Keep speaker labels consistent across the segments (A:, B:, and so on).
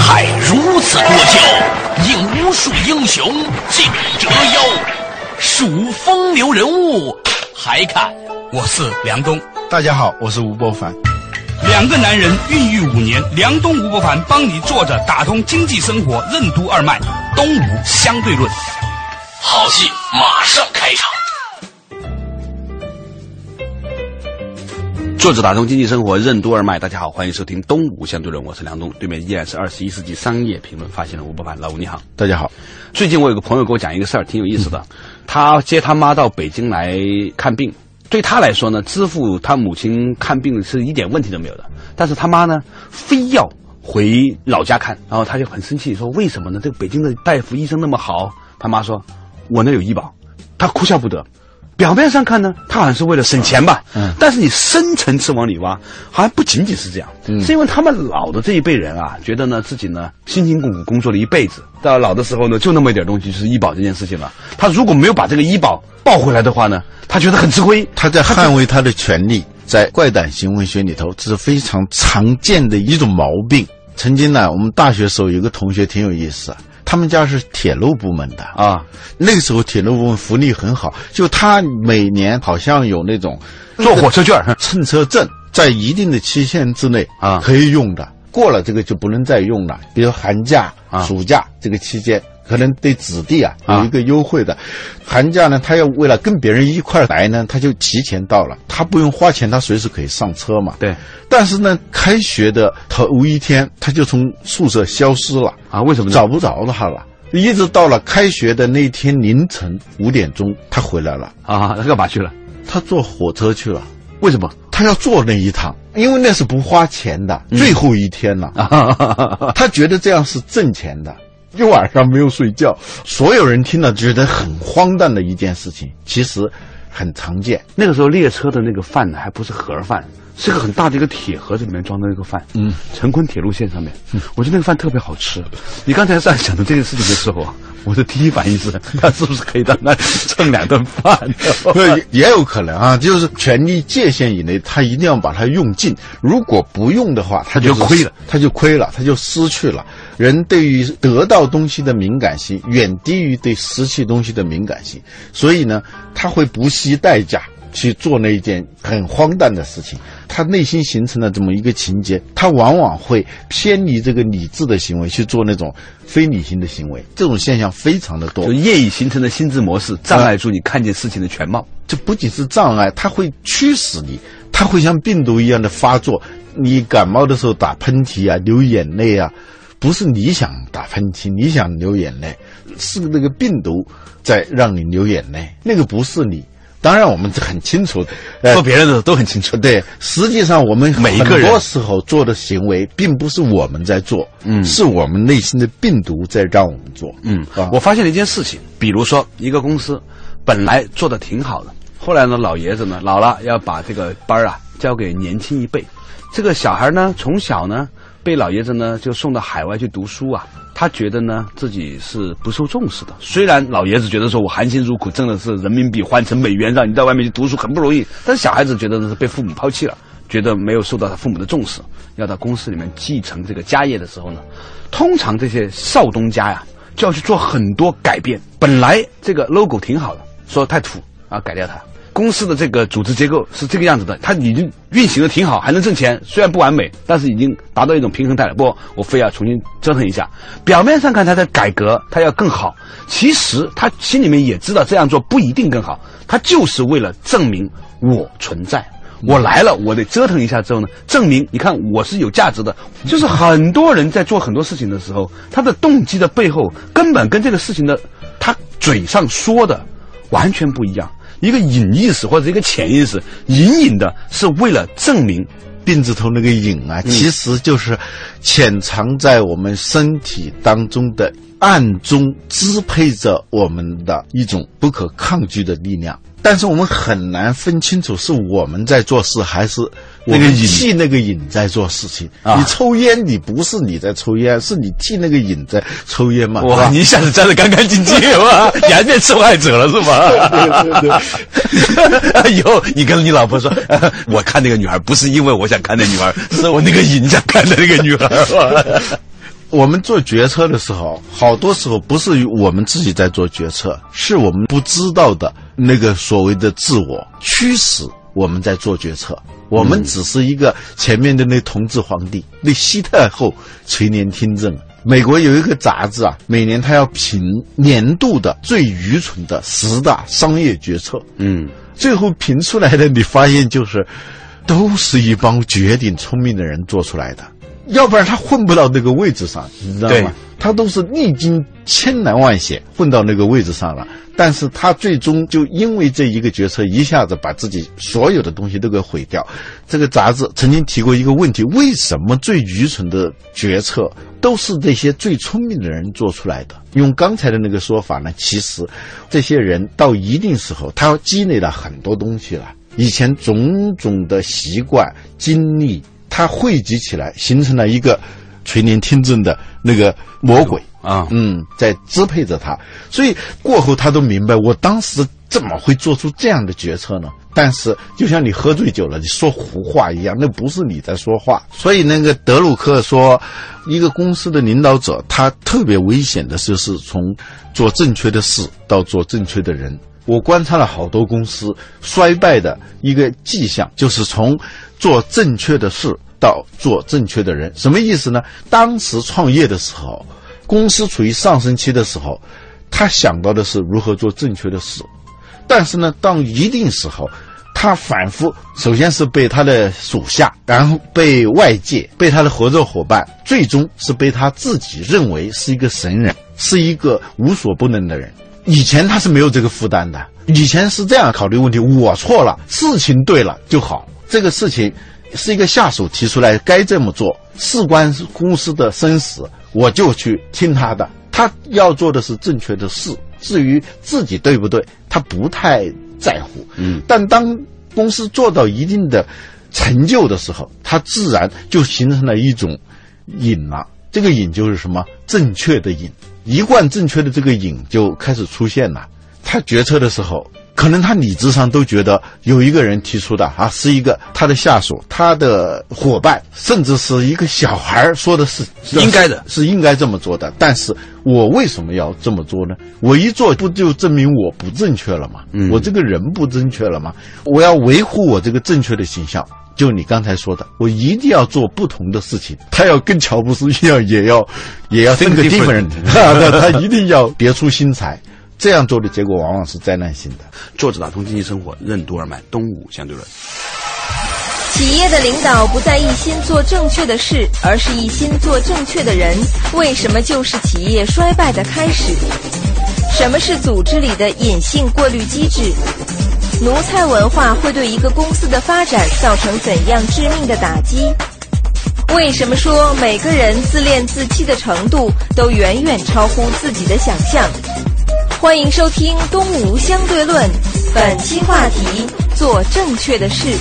A: 海如此多娇，引无数英雄竞折腰。数风流人物，还看
B: 我是梁冬。
C: 大家好，我是吴伯凡。
B: 两个男人孕育5年，梁冬、吴伯凡帮你坐着打通经济生活任督二脉，东吴相对论。
A: 好戏马上开场。
D: 作者打通经济生活任督二脉，大家好，欢迎收听东吴相对论，我是梁冬，对面依然是21世纪商业评论发现人吴伯凡。老吴你好。
C: 大家好。
D: 最近我有个朋友给我讲一个事儿，挺有意思的。他接他妈到北京来看病，对他来说呢，支付他母亲看病是一点问题都没有的。但是他妈呢，非要回老家看，然后他就很生气，说为什么呢？这个北京的大夫医生那么好。他妈说，我那有医保。他哭笑不得。表面上看呢，他好像是为了省钱吧，但是你深层次往里挖，好像不仅仅是这样，是因为他们老的这一辈人啊，觉得呢自己呢辛辛苦苦工作了一辈子，到老的时候呢就那么一点东西，就是医保这件事情了。他如果没有把这个医保报回来的话呢，他觉得很吃亏。
C: 他在捍卫他的权利，在怪诞行为学里头，这是非常常见的一种毛病。曾经呢，我们大学时候有个同学挺有意思。他们家是铁路部门的啊，那个时候铁路部门福利很好，就他每年好像有那种
D: 坐火车券、
C: 乘车证，在一定的期限之内啊可以用的，过了这个就不能再用了。比如寒假、暑假这个期间，可能对子弟啊有一个优惠的。寒假呢，他要为了跟别人一块来呢，他就提前到了，他不用花钱，他随时可以上车嘛。
D: 对。
C: 但是呢，开学的头一天，他就从宿舍消失了
D: 啊？为什么呢？
C: 找不着他了。一直到了开学的那天凌晨5点钟，他回来了
D: 啊？他干嘛去了？
C: 他坐火车去了。
D: 为什么？
C: 他要坐那一趟，因为那是不花钱的，最后一天了。他觉得这样是挣钱的。一晚上没有睡觉，所有人听了觉得很荒诞的一件事情，其实很常见。
D: 那个时候列车的那个饭呢，还不是盒饭，是个很大的一个铁盒子里面装的那个饭。成昆铁路线上面，我觉得那个饭特别好吃。你刚才在讲的这个事情的时候啊，我的第一反应是，他是不是可以到那里蹭2顿饭？
C: 也有可能啊，就是权力界限以内，他一定要把它用尽。如果不用的话，他就亏了，他就失去了。人对于得到东西的敏感性远低于对失去东西的敏感性，所以呢，他会不惜代价去做那一件很荒诞的事情。他内心形成了这么一个情节，他往往会偏离这个理智的行为，去做那种非理性的行为。这种现象非常的多，
D: 就业已形成的心智模式障碍住你看见事情的全貌。
C: 这不仅是障碍，它会驱使你，它会像病毒一样的发作。你感冒的时候打喷嚏啊，流眼泪啊，不是你想打喷嚏，你想流眼泪，是那个病毒在让你流眼泪，那个不是你。当然我们很清楚，
D: 说别人的都很清楚。
C: 对，实际上我们每个人很多时候做的行为并不是我们在做，是我们内心的病毒在让我们做。
D: 我发现了一件事情，比如说一个公司本来做的挺好的，后来呢老爷子呢老了，要把这个班啊交给年轻一辈，这个小孩呢从小呢被老爷子呢就送到海外去读书啊，他觉得呢自己是不受重视的。虽然老爷子觉得说我含辛茹苦挣的是人民币换成美元，让你在外面去读书很不容易，但是小孩子觉得呢是被父母抛弃了，觉得没有受到他父母的重视，要到公司里面继承这个家业的时候呢，通常这些少东家呀就要去做很多改变。本来这个 logo 挺好的，说太土啊，改掉它。公司的这个组织结构是这个样子的，它已经运行的挺好，还能挣钱，虽然不完美，但是已经达到一种平衡态了。不，我非要重新折腾一下。表面上看他在改革，他要更好，其实他心里面也知道这样做不一定更好，他就是为了证明我存在。我来了，我得折腾一下之后呢，证明你看我是有价值的。就是很多人在做很多事情的时候，他的动机的背后根本跟这个事情的他嘴上说的完全不一样。一个隐意识或者一个潜意识，隐隐的是为了证明。
C: 病字头那个隐啊，其实就是潜藏在我们身体当中的暗中支配着我们的一种不可抗拒的力量。但是我们很难分清楚是我们在做事还是我们替那个瘾在做事情。你抽烟，你不是你在抽烟，是你替那个瘾在抽烟嘛？
D: 哇，你一下子站得干干净净哇，你还变受害者了是吧？对。以后你跟你老婆说，我看那个女孩不是因为我想看那女孩，是我那个瘾想看的那个女孩。
C: 我们做决策的时候，好多时候不是我们自己在做决策，是我们不知道的那个所谓的自我驱使我们在做决策。我们只是一个前面的那同治皇帝，那西太后垂帘听政。美国有一个杂志啊，每年他要评年度的最愚蠢的10大商业决策。最后评出来的，你发现就是都是一帮绝顶聪明的人做出来的，要不然他混不到那个位置上，你知道吗？他都是历经千难万险混到那个位置上了，但是他最终就因为这一个决策一下子把自己所有的东西都给毁掉。这个杂志曾经提过一个问题，为什么最愚蠢的决策都是这些最聪明的人做出来的？用刚才的那个说法呢，其实这些人到一定时候他积累了很多东西了，以前种种的习惯经历，他汇集起来形成了一个垂帘听政的那个魔鬼啊，在支配着他。所以过后他都明白，我当时怎么会做出这样的决策呢？但是就像你喝醉酒了，你说胡话一样，那不是你在说话。所以那个德鲁克说，一个公司的领导者，他特别危险的就是从做正确的事到做正确的人。我观察了好多公司衰败的一个迹象，就是从做正确的事到做正确的人。什么意思呢？当时创业的时候，公司处于上升期的时候，他想到的是如何做正确的事，但是呢，到一定时候，他反复首先是被他的属下，然后被外界，被他的合作伙伴，最终是被他自己认为是一个神人，是一个无所不能的人。以前他是没有这个负担的，以前是这样考虑问题，我错了，事情对了就好，这个事情是一个下属提出来该这么做，事关公司的生死，我就去听他的，他要做的是正确的事，至于自己对不对他不太在乎。但当公司做到一定的成就的时候，他自然就形成了一种瘾了，这个瘾就是什么？正确的瘾，一贯正确的这个瘾就开始出现了。他决策的时候，可能他理智上都觉得有一个人提出的啊，是一个他的下属，他的伙伴，甚至是一个小孩说的是
D: 应该的，
C: 是应该这么做的。但是我为什么要这么做呢？我一做不就证明我不正确了吗？我这个人不正确了吗？我要维护我这个正确的形象。就你刚才说的，我一定要做不同的事情，他要跟乔布斯一样，也要 think different， 他一定要别出心裁。这样做的结果往往是灾难性的。
D: 作者打通经济生活，任督二脉，东吴相对论。
E: 企业的领导不再一心做正确的事，而是一心做正确的人，为什么就是企业衰败的开始？什么是组织里的隐性过滤机制？奴才文化会对一个公司的发展造成怎样致命的打击？为什么说每个人自恋自欺的程度都远远超乎自己的想象？欢迎收听东吴相对论，本期话题：做正确的事。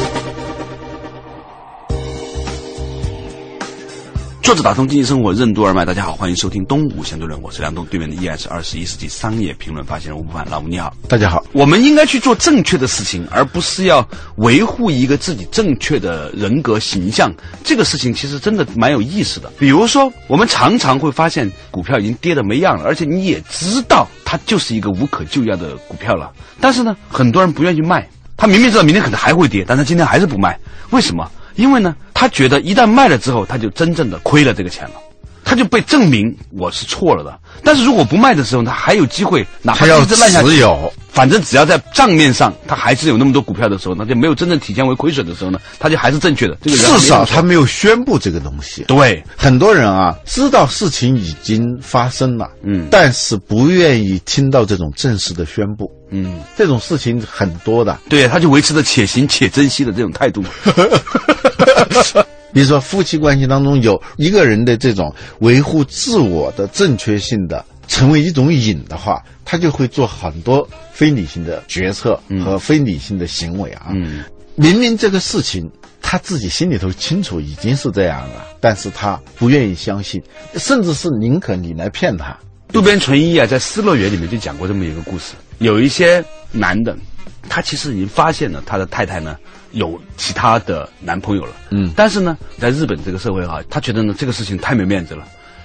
D: 作者打通经济生活，任督二脉。大家好，欢迎收听东吴相对论，我是梁东，对面的依然是21世纪商业评论发行人吴不凡。老吴你好。
C: 大家好。
D: 我们应该去做正确的事情，而不是要维护一个自己正确的人格形象。这个事情其实真的蛮有意思的。比如说，我们常常会发现股票已经跌得没样了，而且你也知道它就是一个无可救药的股票了，但是呢，很多人不愿意卖。他明明知道明天可能还会跌，但他今天还是不卖。为什么？因为呢，他觉得一旦卖了之后，他就真正的亏了这个钱了，他就被证明我是错了的。但是如果不卖的时候，他还有机会，哪怕一直烂下去，反正只要在账面上他还是有那么多股票的时候，那就没有真正体现为亏损的时候呢，他就还是正确的。这个人
C: 至少他没有宣布这个东西。
D: 对，
C: 很多人啊知道事情已经发生了，但是不愿意听到这种正式的宣布。这种事情很多的。
D: 对，他就维持着且行且珍惜的这种态度。
C: 比如说夫妻关系当中有一个人的这种维护自我的正确性的成为一种瘾的话，他就会做很多非理性的决策和非理性的行为啊。明明这个事情他自己心里头清楚已经是这样了，但是他不愿意相信，甚至是宁可你来骗他。
D: 渡边淳一啊，在《失乐园》里面就讲过这么一个故事，有一些男的，他其实已经发现了他的太太呢有其他的男朋友了，但是呢，在日本这个社会啊，他觉得呢这个事情太没面子了，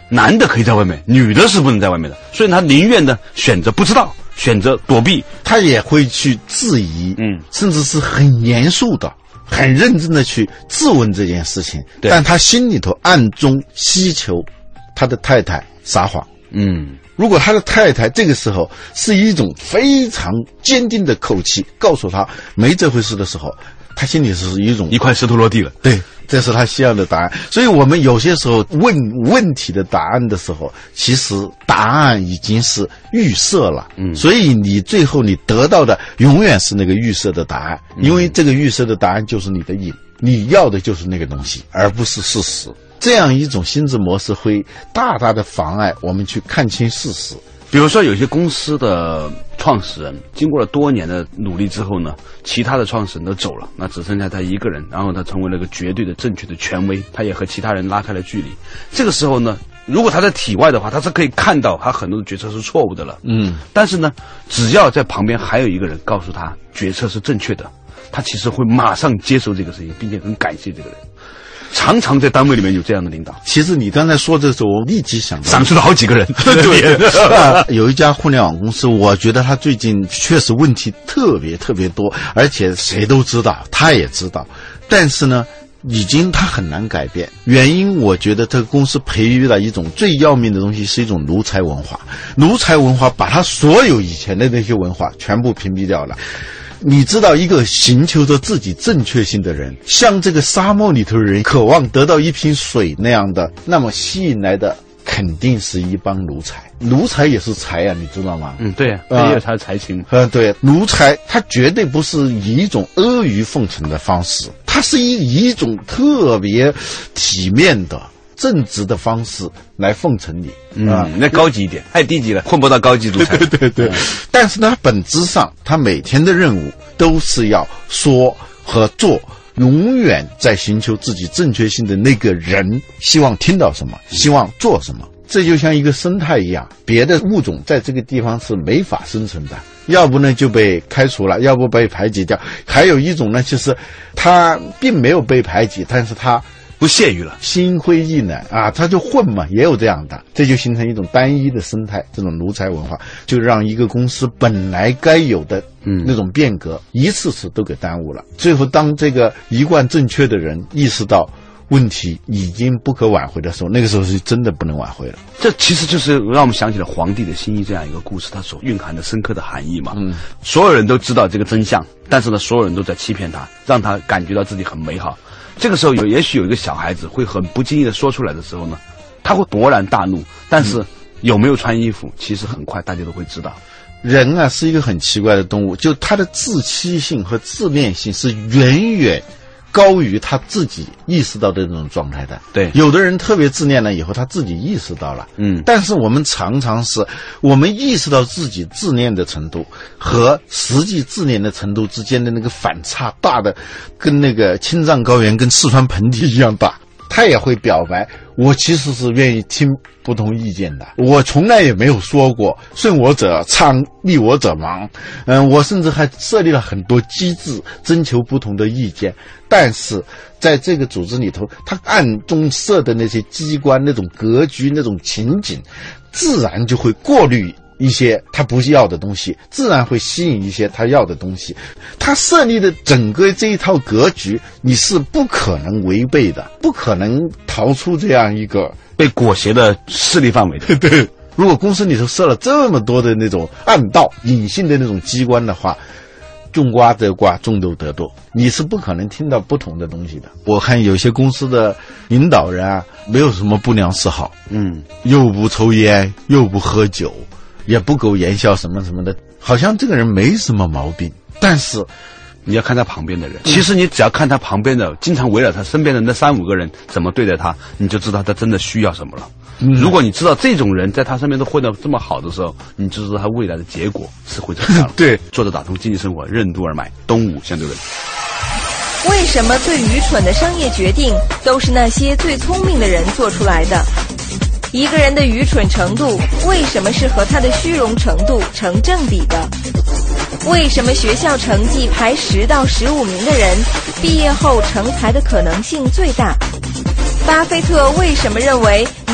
D: 男的可以在外面，女的是不能在外面的，所以他宁愿呢选择不知道，选择躲避，
C: 他也会去质疑，甚至是很严肃的、很认真的去质问这件事情。但他心里头暗中希求他的太太撒谎。如果他的太太这个时候是一种非常坚定的口气告诉他没这回事的时候，他心里是一种
D: 一块石头落地了。
C: 对，这是他需要的答案。所以我们有些时候问问题的答案的时候，其实答案已经是预设了。所以你最后你得到的永远是那个预设的答案，因为这个预设的答案就是你的瘾，你要的就是那个东西，而不是事实。这样一种心智模式会大大的妨碍我们去看清事实。
D: 比如说有些公司的创始人经过了多年的努力之后呢，其他的创始人都走了，那只剩下他一个人，然后他成为了个绝对的正确的权威，他也和其他人拉开了距离。这个时候呢，如果他在体外的话，他是可以看到他很多的决策是错误的了。但是呢，只要在旁边还有一个人告诉他决策是正确的，他其实会马上接受这个事情，并且很感谢这个人。常常在单位里面有这样的领导。
C: 其实你刚才说的时候，我立即想到
D: 闪出了好几个人。
C: 对，有一家互联网公司，我觉得他最近确实问题特别特别多，而且谁都知道，他也知道，但是呢，已经他很难改变。原因我觉得这个公司培育了一种最要命的东西，是一种奴才文化。奴才文化把他所有以前的那些文化全部屏蔽掉了。你知道，一个寻求着自己正确性的人，像这个沙漠里头的人渴望得到一瓶水那样的，那么吸引来的肯定是一帮奴才。奴才也是才啊，你知道吗？
D: 对啊，也有他的才情。
C: 对，奴才他绝对不是以一种阿谀奉承的方式，他是以一种特别体面的正直的方式来奉承你。
D: 那高级一点，太低级了，混不到高级奴才。
C: 对。但是呢，本质上他每天的任务都是要说和做，永远在寻求自己正确性的那个人希望听到什么，希望做什么。这就像一个生态一样，别的物种在这个地方是没法生存的，要不呢就被开除了，要不被排挤掉。还有一种呢，就是他并没有被排挤，但是他
D: 不屑于了，
C: 心灰意冷啊，他就混嘛，也有这样的，这就形成一种单一的生态，这种奴才文化就让一个公司本来该有的那种变革一次次都给耽误了。最后当这个一贯正确的人意识到问题已经不可挽回的时候，那个时候是真的不能挽回了。
D: 这其实就是让我们想起了皇帝的心意这样一个故事，它所蕴含的深刻的含义嘛。所有人都知道这个真相，但是呢，所有人都在欺骗他，让他感觉到自己很美好。这个时候也许有一个小孩子会很不经意的说出来的时候呢，他会勃然大怒，但是有没有穿衣服，其实很快大家都会知道。
C: 人啊是一个很奇怪的动物，就他的自欺性和自恋性是远远高于他自己意识到的这种状态的。
D: 对，
C: 有的人特别自恋了以后，他自己意识到了，但是我们常常是我们意识到自己自恋的程度和实际自恋的程度之间的那个反差大的，跟那个青藏高原跟四川盆地一样大。他也会表白，我其实是愿意听不同意见的，我从来也没有说过顺我者昌，逆我者亡。我甚至还设立了很多机制，征求不同的意见。但是在这个组织里头，他暗中设的那些机关、那种格局、那种情景，自然就会过滤一些他不要的东西，自然会吸引一些他要的东西。他设立的整个这一套格局，你是不可能违背的，不可能逃出这样一个
D: 被裹挟的势力范围的。
C: 对，如果公司里头设了这么多的那种暗道、隐性的那种机关的话，种瓜得瓜，种豆得豆，你是不可能听到不同的东西的。我看有些公司的领导人啊，没有什么不良嗜好，又不抽烟，又不喝酒，也不苟言笑什么什么的，好像这个人没什么毛病。但是
D: 你要看他旁边的人，其实你只要看他旁边的经常围绕他身边的那3-5个人怎么对待他，你就知道他真的需要什么了。如果你知道这种人在他身边都混得这么好的时候，你就知道他未来的结果是会怎么样了。
C: 对，
D: 作者打通经济生活，任督二脉，东吴相对论。
E: 为什么最愚蠢的商业决定都是那些最聪明的人做出来的？一个人的愚蠢程度为什么是和他的虚荣程度成正比的？为什么学校成绩排10到15名的人毕业后成才的可能性最大？巴菲特为什么认为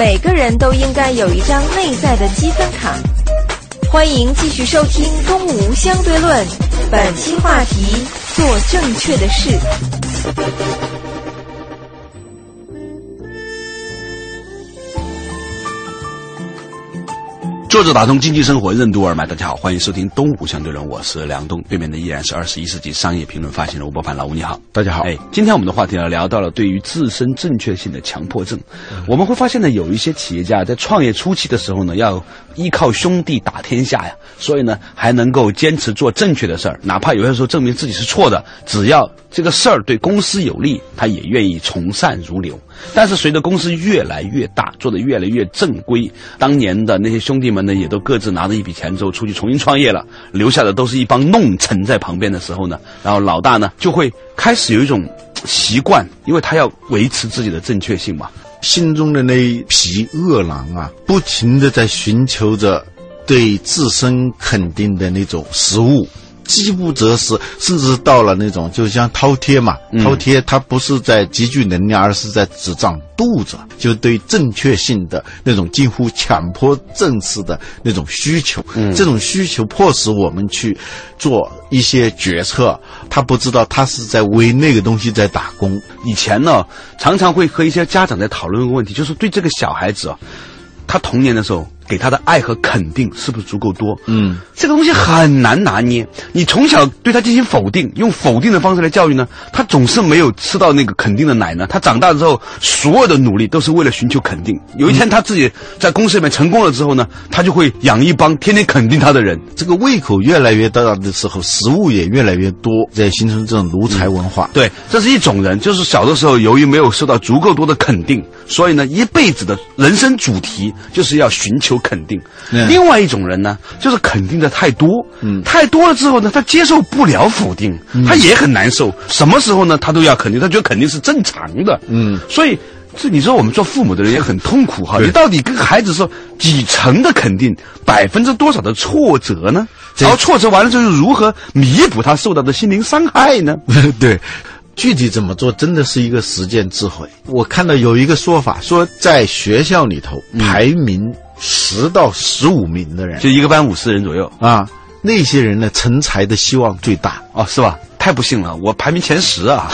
E: 每个人都应该有一张内在的积分卡。欢迎继续收听《东吴相对论》，本期话题：做正确的事。
D: 作者打通经济生活，任督二脉。大家好，欢迎收听东吴相对论，我是梁东，对面的依然是21世纪商业评论发行人吴伯凡。老吴你好。
C: 大家好。
D: 今天我们的话题呢，聊到了对于自身正确性的强迫症。我们会发现呢，有一些企业家在创业初期的时候呢，要依靠兄弟打天下呀，所以呢，还能够坚持做正确的事儿，哪怕有些时候证明自己是错的，只要这个事儿对公司有利，他也愿意从善如流。但是随着公司越来越大，做得越来越正规，当年的那些兄弟们呢，也都各自拿着一笔钱之后出去重新创业了，留下的都是一帮弄臣在旁边的时候呢，然后老大呢就会开始有一种习惯，因为他要维持自己的正确性嘛，
C: 心中的那一匹饿狼啊，不停地在寻求着对自身肯定的那种食物。饥不择食，甚至到了那种就像饕餮嘛，饕餮它不是在积聚能量，而是在只长肚子，就对正确性的那种近乎强迫症式的那种需求，这种需求迫使我们去做一些决策，他不知道他是在为那个东西在打工。
D: 以前呢，常常会和一些家长在讨论一个问题，就是对这个小孩子啊，他童年的时候给他的爱和肯定是不是足够多？这个东西很难拿捏。你从小对他进行否定，用否定的方式来教育呢，他总是没有吃到那个肯定的奶呢。他长大之后，所有的努力都是为了寻求肯定。有一天他自己在公司里面成功了之后呢，他就会养一帮天天肯定他的人。
C: 这个胃口越来越大的时候，食物也越来越多，在形成这种奴才文化。
D: 对，这是一种人，就是小的时候由于没有受到足够多的肯定，所以呢，一辈子的人生主题就是要寻求肯定。另外一种人呢，就是肯定的太多，太多了之后呢，他接受不了否定，他也很难受。什么时候呢，他都要肯定，他觉得肯定是正常的。所以这你说我们做父母的人也很痛苦哈。你到底跟孩子说几成的肯定，% 多少的挫折呢？然后挫折完了之后如何弥补他受到的心灵伤害呢？
C: 对。具体怎么做真的是一个实践智慧。我看到有一个说法，说在学校里头排名10到15名的人，
D: 就一个班50人左右
C: 啊，那些人呢成才的希望最大。
D: 哦，是吧？太不幸了，我排名前10啊，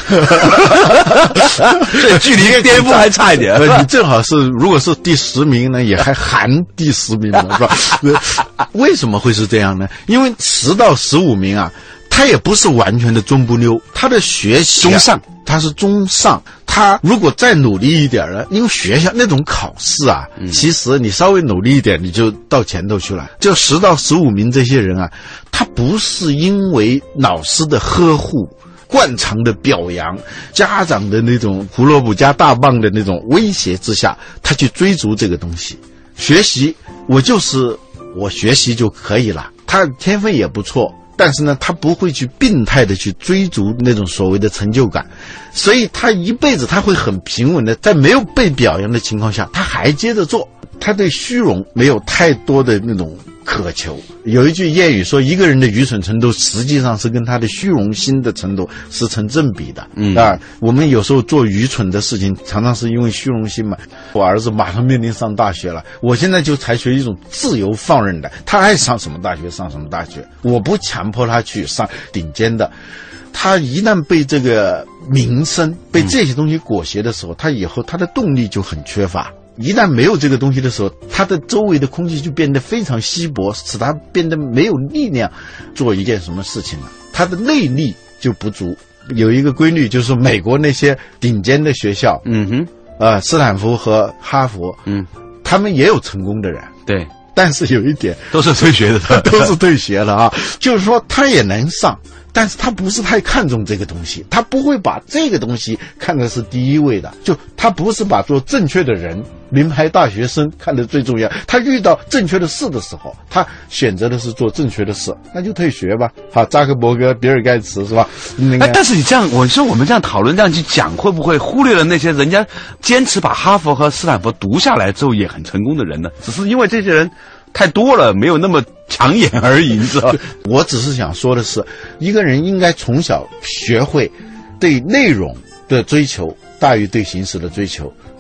D: 这距离巅峰还差一点。
C: 你正好是，如果是第10名呢，也还含第10名了，是吧？为什么会是这样呢？因为10到15名啊，他也不是完全的中不溜，他的学习
D: 中上，
C: 他是中上。他如果再努力一点呢，因为学校那种考试啊，其实你稍微努力一点，你就到前头去了。就10到15名这些人啊，他不是因为老师的呵护、惯常的表扬、家长的那种胡萝卜加大棒的那种威胁之下，他去追逐这个东西。学习，我学习就可以了，他天分也不错。但是呢，他不会去病态的去追逐那种所谓的成就感，所以他一辈子他会很平稳的，在没有被表扬的情况下，他还接着做。他对虚荣没有太多的那种渴求。有一句谚语说，一个人的愚蠢程度实际上是跟他的虚荣心的程度是成正比的。我们有时候做愚蠢的事情，常常是因为虚荣心嘛。我儿子马上面临上大学了，我现在就采取一种自由放任的，他爱上什么大学上什么大学，我不强迫他去上顶尖的。他一旦被这个名声、被这些东西裹挟的时候，他以后他的动力就很缺乏。一旦没有这个东西的时候，他的周围的空气就变得非常稀薄，使他变得没有力量做一件什么事情了，他的内力就不足。有一个规律，就是美国那些顶尖的学校，斯坦福和哈佛，他们也有成功的人，
D: 对，
C: 但是有一点
D: 都是退学的，
C: 都是退学了啊，就是说他也能上，但是他不是太看重这个东西，他不会把这个东西看的是第一位的，就他不是把做正确的人、名牌大学生看得最重要。他遇到正确的事的时候，他选择的是做正确的事，那就退学吧。好，扎克伯格、比尔盖茨是吧？
D: 但是你这样，我说我们这样讨论、这样去讲，会不会忽略了那些人家坚持把哈佛和斯坦福读下来之后也很成功的人呢？只是因为这些人太多了，没有那么抢眼而已，你知道？
C: 我只是想说的是，一个人应该从小学会对内容的追求大于对形式的追求。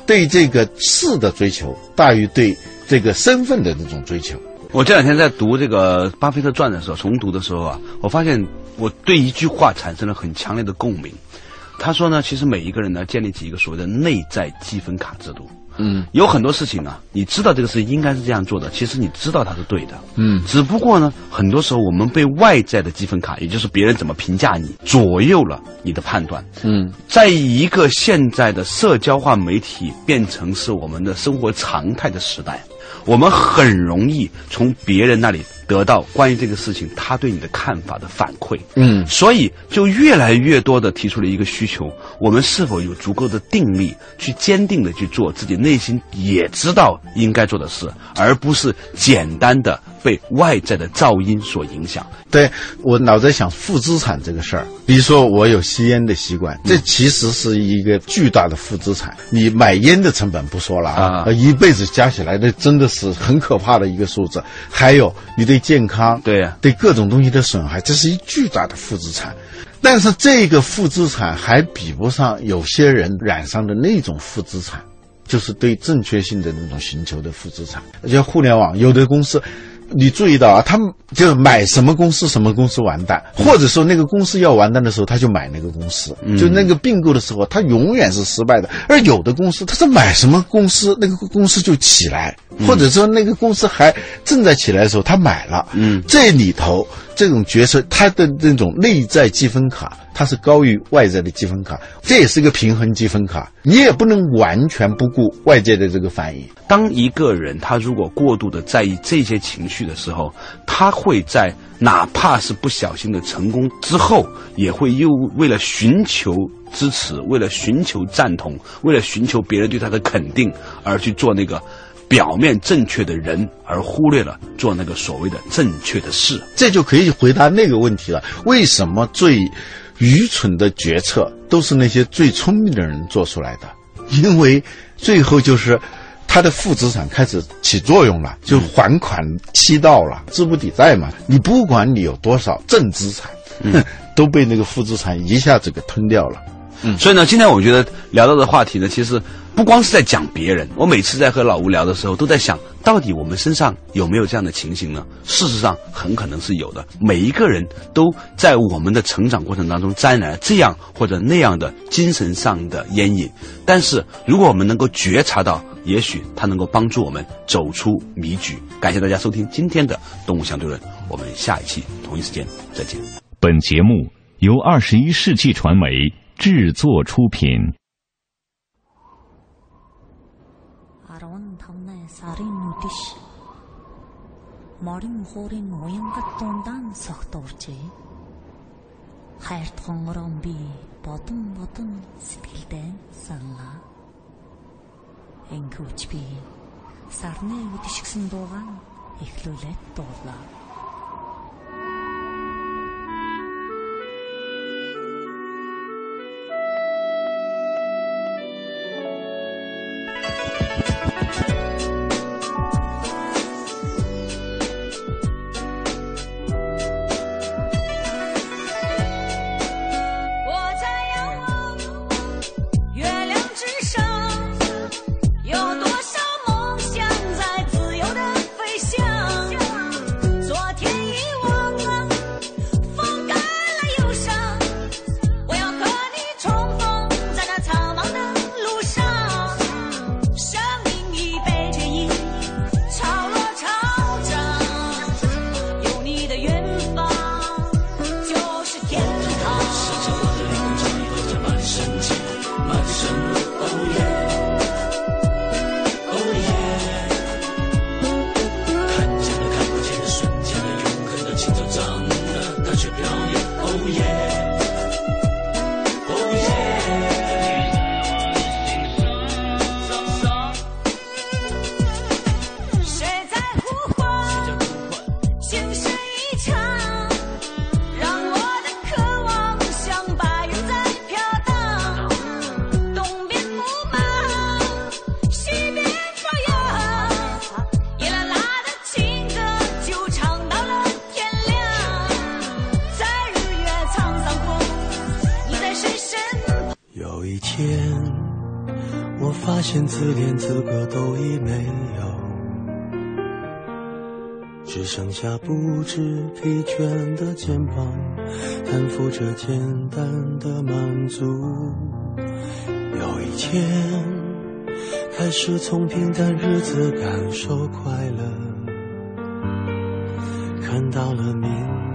C: 对这个事的追求大于对这个身份的这种追求。
D: 我这两天在读这个巴菲特传的时候，重读的时候啊，我发现我对一句话产生了很强烈的共鸣。他说呢，其实每一个人呢，建立起一个所谓的内在积分卡制度。有很多事情啊，你知道这个事应该是这样做的，其实你知道它是对的。只不过呢，很多时候我们被外在的积分卡，也就是别人怎么评价你，左右了你的判断。在一个现在的社交化媒体变成是我们的生活常态的时代，我们很容易从别人那里得到关于这个事情他对你的看法的反馈。所以就越来越多的提出了一个需求，我们是否有足够的定力去坚定的去做自己内心也知道应该做的事，而不是简单的被外在的噪音所影响。
C: 对，我老在想负资产这个事儿。比如说我有吸烟的习惯，这其实是一个巨大的负资产。你买烟的成本不说了一辈子加起来的真的是很可怕的一个数字。还有你对健康，对各种东西的损害，这是一巨大的负资产。但是这个负资产还比不上有些人染上的那种负资产，就是对正确性的那种寻求的负资产。就互联网有的公司，你注意到啊，他们就买什么公司什么公司完蛋，或者说那个公司要完蛋的时候他就买那个公司，就那个并购的时候他永远是失败的。而有的公司他是买什么公司那个公司就起来，或者说那个公司还正在起来的时候他买了。这里头这种角色他的那种内在积分卡它是高于外在的积分卡，这也是一个平衡积分卡，你也不能完全不顾外界的这个反应。
D: 当一个人他如果过度的在意这些情绪的时候，他会在哪怕是不小心的成功之后，也会又为了寻求支持，为了寻求赞同，为了寻求别人对他的肯定，而去做那个表面正确的人，而忽略了做那个所谓的正确的事。
C: 这就可以回答那个问题了，为什么最愚蠢的决策都是那些最聪明的人做出来的？因为最后就是他的负资产开始起作用了，就还款期到了，资不抵债嘛。你不管你有多少正资产，都被那个负资产一下子给吞掉了。
D: 所以呢，今天我觉得聊到的话题呢，其实不光是在讲别人，我每次在和老吴聊的时候都在想，到底我们身上有没有这样的情形呢？事实上很可能是有的，每一个人都在我们的成长过程当中沾染了这样或者那样的精神上的烟瘾，但是如果我们能够觉察到，也许它能够帮助我们走出迷局。感谢大家收听今天的动物相对论，我们下一期同一时间再见。
F: 本节目由21世纪传媒制作出品。
G: 有多少梦想在自由的飞翔？ 现自怜资格都已没有，只剩下不知疲倦的肩膀，担负着简单的满足。有一天开始从平淡日子感受快乐，看到了明